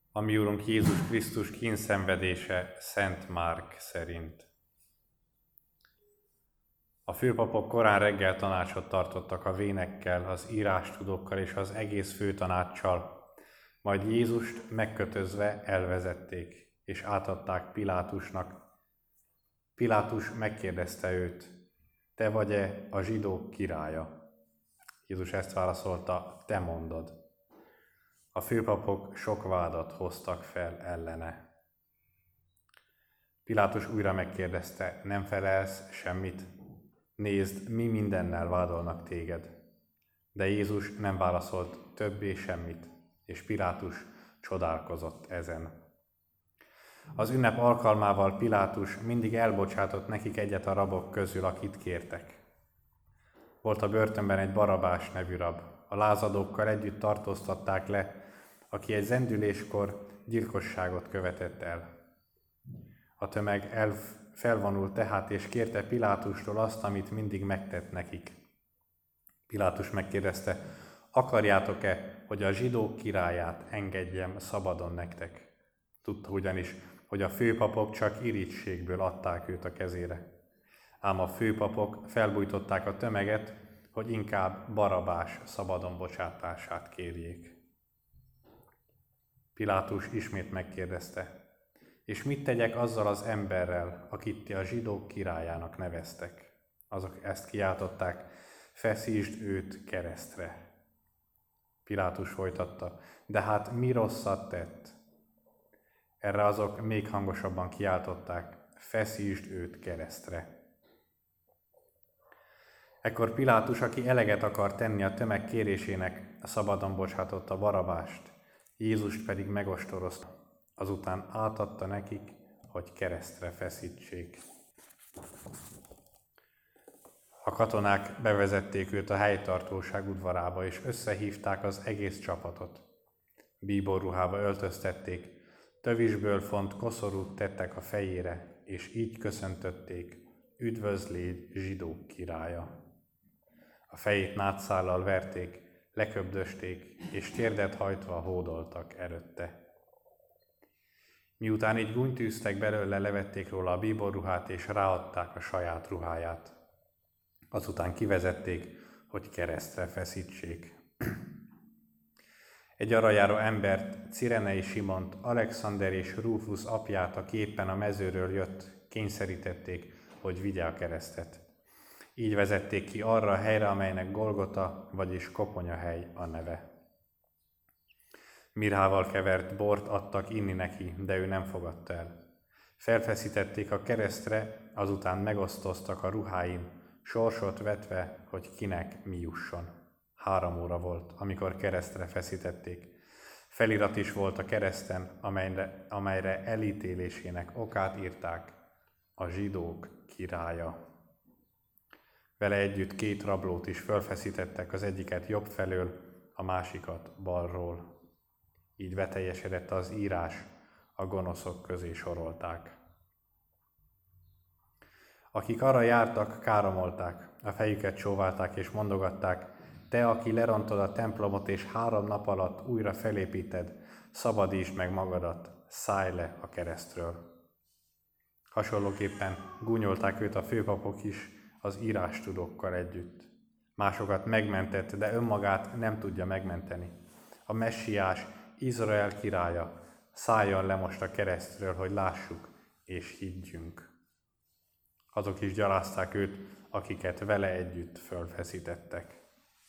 A mi Úrunk Jézus Krisztus kínszenvedése Szent Márk szerint. A főpapok korán reggel tanácsot tartottak a vénekkel, az írástudókkal és az egész főtanáccsal, majd Jézust megkötözve elvezették, és átadták Pilátusnak. Pilátus megkérdezte őt: te vagy-e a zsidók királya? Jézus ezt válaszolta: te mondod. A főpapok sok vádat hoztak fel ellene. Pilátus újra megkérdezte: nem felelsz semmit? Nézd, mi mindennel vádolnak téged. De Jézus nem válaszolt többé semmit, és Pilátus csodálkozott ezen. Az ünnep alkalmával Pilátus mindig elbocsátott nekik egyet a rabok közül, akit kértek. Volt a börtönben egy Barabás nevű rab. A lázadókkal együtt tartóztatták le, aki egy zendüléskor gyilkosságot követett el. A tömeg felvonult tehát, és kérte Pilátustól azt, amit mindig megtett nekik. Pilátus megkérdezte: akarjátok-e, hogy a zsidók királyát engedjem szabadon nektek? Tudta ugyanis, hogy a főpapok csak irigységből adták őt a kezére. Ám a főpapok felbújtották a tömeget, hogy inkább Barabás szabadon bocsátását kérjék. Pilátus ismét megkérdezte: és mit tegyek azzal az emberrel, akit ti a zsidók királyának neveztek? Azok ezt kiáltották: feszítsd őt keresztre. Pilátus folytatta: de hát mi rosszat tett? Erre azok még hangosabban kiáltották: feszítsd őt keresztre. Ekkor Pilátus, aki eleget akar tenni a tömeg kérésének, szabadon bocsátotta Barabást, Jézust pedig megostorozta. Azután átadta nekik, hogy keresztre feszítsék. A katonák bevezették őt a helytartóság udvarába, és összehívták az egész csapatot. Bíborruhába öltöztették, tövisből font koszorút tettek a fejére, és így köszöntötték: üdvözlégy, zsidók királya! A fejét nátszállal verték, leköbdösték, és térdet hajtva hódoltak előtte. Miután így gúnytűztek belőle, levették róla a bíborruhát, és ráadták a saját ruháját. Azután kivezették, hogy keresztre feszítsék. Egy arrajáró embert, Cirenei Simont, Alexander és Rúfus apját, aki éppen a mezőről jött, kényszerítették, hogy vigye a keresztet. Így vezették ki arra a helyre, amelynek Golgota, vagyis koponyahely a neve. Mirhával kevert bort adtak inni neki, de ő nem fogadta el. Felfeszítették a keresztre, azután megosztoztak a ruháin, sorsot vetve, hogy kinek mi jusson. 3 óra volt, amikor keresztre feszítették. Felirat is volt a kereszten, amelyre elítélésének okát írták: a zsidók királya. Vele együtt 2 rablót is fölfeszítettek, az egyiket jobb felől, a másikat balról. Így beteljesedett az írás, a gonoszok közé sorolták. Akik arra jártak, káromolták, a fejüket csóválták és mondogatták: te, aki lerontod a templomot és 3 nap alatt újra felépíted, szabadítsd meg magadat, szállj le a keresztről. Hasonlóképpen gúnyolták őt a főpapok is az írástudókkal együtt. Másokat megmentett, de önmagát nem tudja megmenteni. A messiás, Izrael királya, szálljon le most a keresztről, hogy lássuk és higgyünk. Azok is gyalázták őt, akiket vele együtt fölfeszítettek.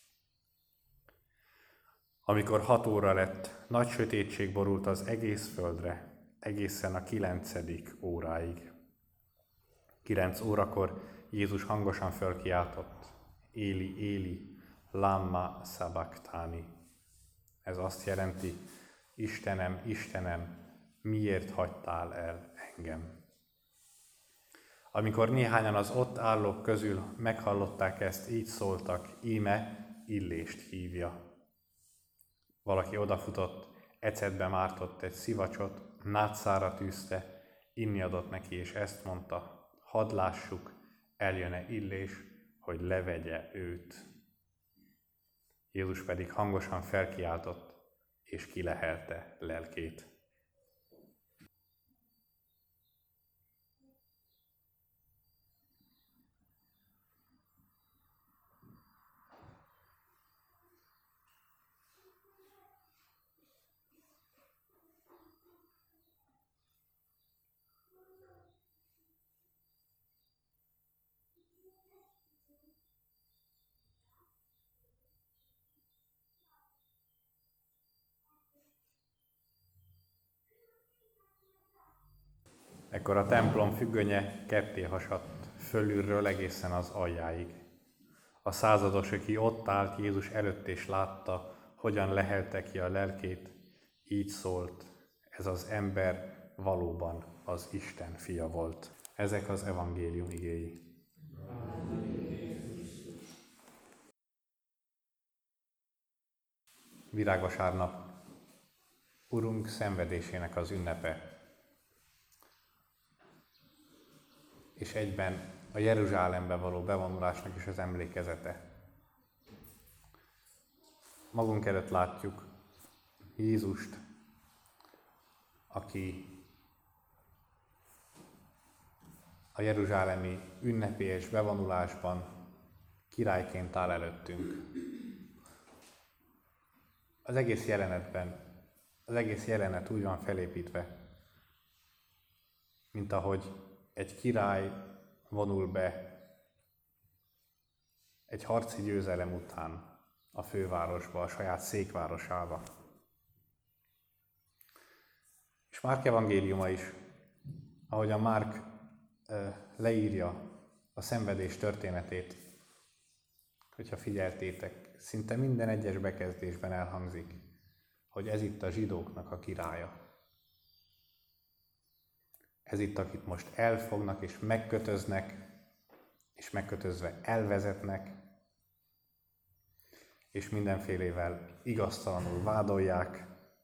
Amikor 6 óra lett, nagy sötétség borult az egész földre, egészen a 9. óráig. 9 órakor Jézus hangosan fölkiáltott: Éli, Éli, lamma sabachthani. Ez azt jelenti: Istenem, Istenem, miért hagytál el engem? Amikor néhányan az ott állók közül meghallották ezt, így szóltak: íme Illést hívja. Valaki odafutott, ecetbe mártott egy szivacsot, nátszára tűzte, inni adott neki, és ezt mondta: hadd lássuk, eljön-e Illés, hogy levegye őt. Jézus pedig hangosan felkiáltott, és kilehelte lelkét. Ekkor a templom függönye ketté hasadt, fölülről egészen az aljáig. A százados, aki ott állt Jézus előtt és látta, hogyan lehelte ki a lelkét, így szólt: ez az ember valóban az Isten fia volt. Ezek az evangélium igéi. Virágvasárnap, Urunk szenvedésének az ünnepe, és egyben a Jeruzsálembe való bevonulásnak is az emlékezete. Magunk előtt látjuk Jézust, aki a jeruzsálemi ünnepélyes bevonulásban királyként áll előttünk. Az egész jelenet úgy van felépítve, mint ahogy egy király vonul be egy harci győzelem után a fővárosba, a saját székvárosába. És Márk evangéliuma is, ahogyan Márk leírja a szenvedés történetét, hogyha figyeltétek, szinte minden egyes bekezdésben elhangzik, hogy ez itt a zsidóknak a királya. Ez itt, akit most elfognak és megkötöznek, és megkötözve elvezetnek, és mindenfélével igaztalanul vádolják,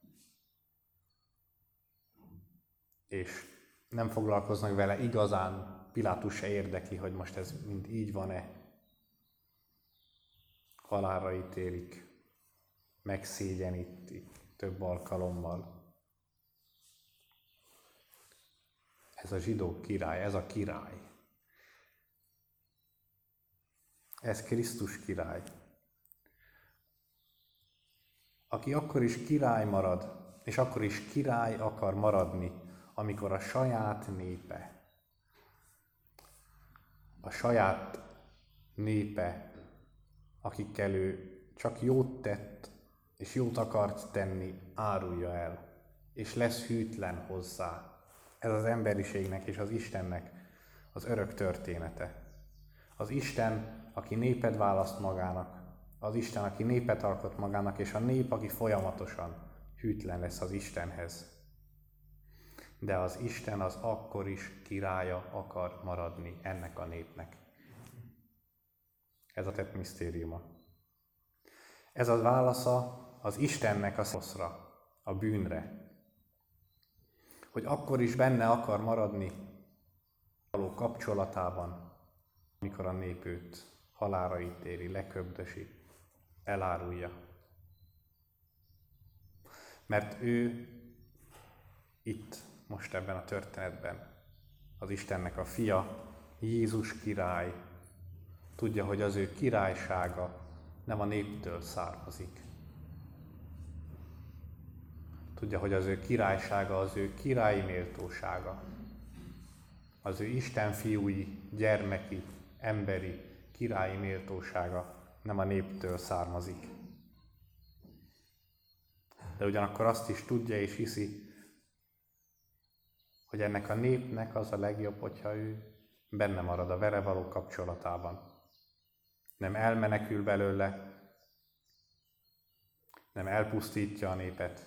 és nem foglalkoznak vele igazán, Pilátus se érdekli, hogy most ez mind így van-e. Halálra ítélik, megszégyenítik több alkalommal. Ez a zsidók király, ez a király. Ez Krisztus király, aki akkor is király marad, és akkor is király akar maradni, amikor a saját népe, akikkel ő csak jót tett, és jót akart tenni, árulja el, és lesz hűtlen hozzá. Ez az emberiségnek és az Istennek az örök története. Az Isten, aki népet választ magának, az Isten, aki népet alkot magának, és a nép, aki folyamatosan hűtlen lesz az Istenhez. De az Isten az akkor is királya akar maradni ennek a népnek. Ez a tett misztériuma. Ez a válasza az Istennek a szoszra, a bűnre. Hogy akkor is benne akar maradni való kapcsolatában, amikor a nép őt halálra ítéli, leköbdösi, elárulja. Mert ő itt, most ebben a történetben, az Istennek a fia, Jézus király, tudja, hogy az ő királysága nem a néptől származik. Tudja, hogy az ő királysága az ő királyi méltósága. Az ő Isten fiúi, gyermeki, emberi, királyi méltósága nem a néptől származik. De ugyanakkor azt is tudja és hiszi, hogy ennek a népnek az a legjobb, hogyha ő benne marad a vele való kapcsolatában. Nem elmenekül belőle, nem elpusztítja a népet,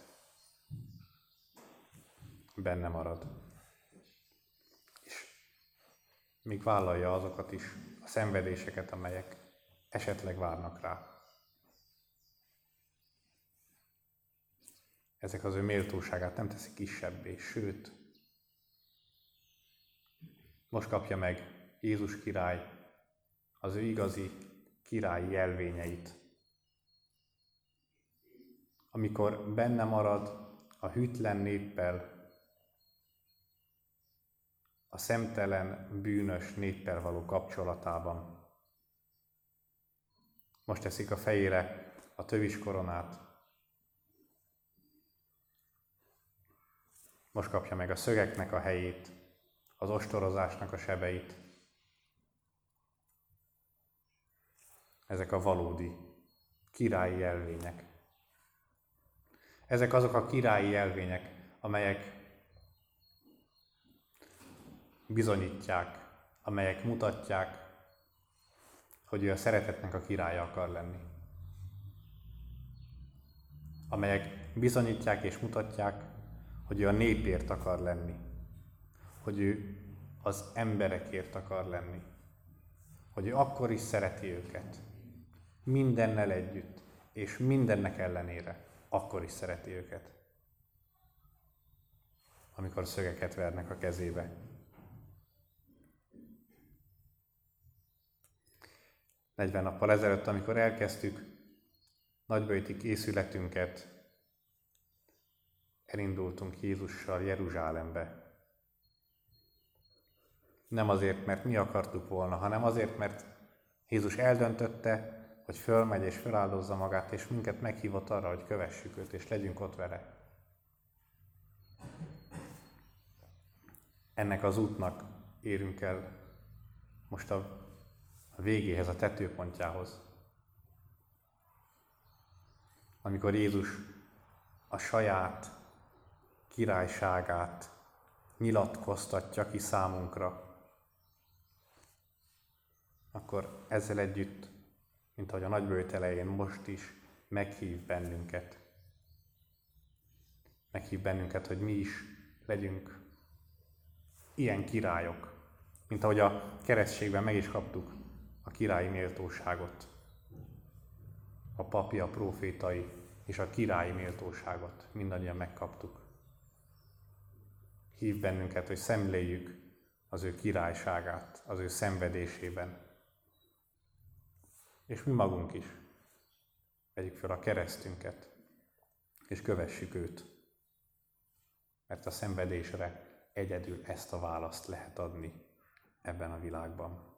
benne marad. És még vállalja azokat is, a szenvedéseket, amelyek esetleg várnak rá. Ezek az ő méltóságát nem teszik kisebbé, sőt, most kapja meg Jézus király az ő igazi királyi jelvényeit. Amikor benne marad a hűtlen néppel, a szemtelen, bűnös néppel való kapcsolatában. Most teszik a fejére a tövis koronát. Most kapja meg a szögeknek a helyét, az ostorozásnak a sebeit. Ezek a valódi királyi jelvények. Ezek azok a királyi jelvények, amelyek bizonyítják, amelyek mutatják, hogy ő a szeretetnek a királya akar lenni. Amelyek bizonyítják és mutatják, hogy ő a népért akar lenni. Hogy ő az emberekért akar lenni. Hogy ő akkor is szereti őket. Mindennel együtt, és mindennek ellenére akkor is szereti őket. Amikor szögeket vernek a kezébe. Negyven nappal ezelőtt, amikor elkezdtük nagyböjti készületünket, elindultunk Jézussal Jeruzsálembe. Nem azért, mert mi akartuk volna, hanem azért, mert Jézus eldöntötte, hogy fölmegy és feláldozza magát, és minket meghívott arra, hogy kövessük őt, és legyünk ott vele. Ennek az útnak érünk el most a végéhez, a tetőpontjához. Amikor Jézus a saját királyságát nyilatkoztatja ki számunkra, akkor ezzel együtt, mint ahogy a nagyböjt elején most is, meghív bennünket. Meghív bennünket, hogy mi is legyünk ilyen királyok, mint ahogy a keresztségben meg is kaptuk a királyi méltóságot. A papi, a prófétai és a királyi méltóságot mindannyian megkaptuk. Hív bennünket, hogy szemléljük az ő királyságát, az ő szenvedésében. És mi magunk is vegyük fel a keresztünket, és kövessük őt. Mert a szenvedésre egyedül ezt a választ lehet adni ebben a világban.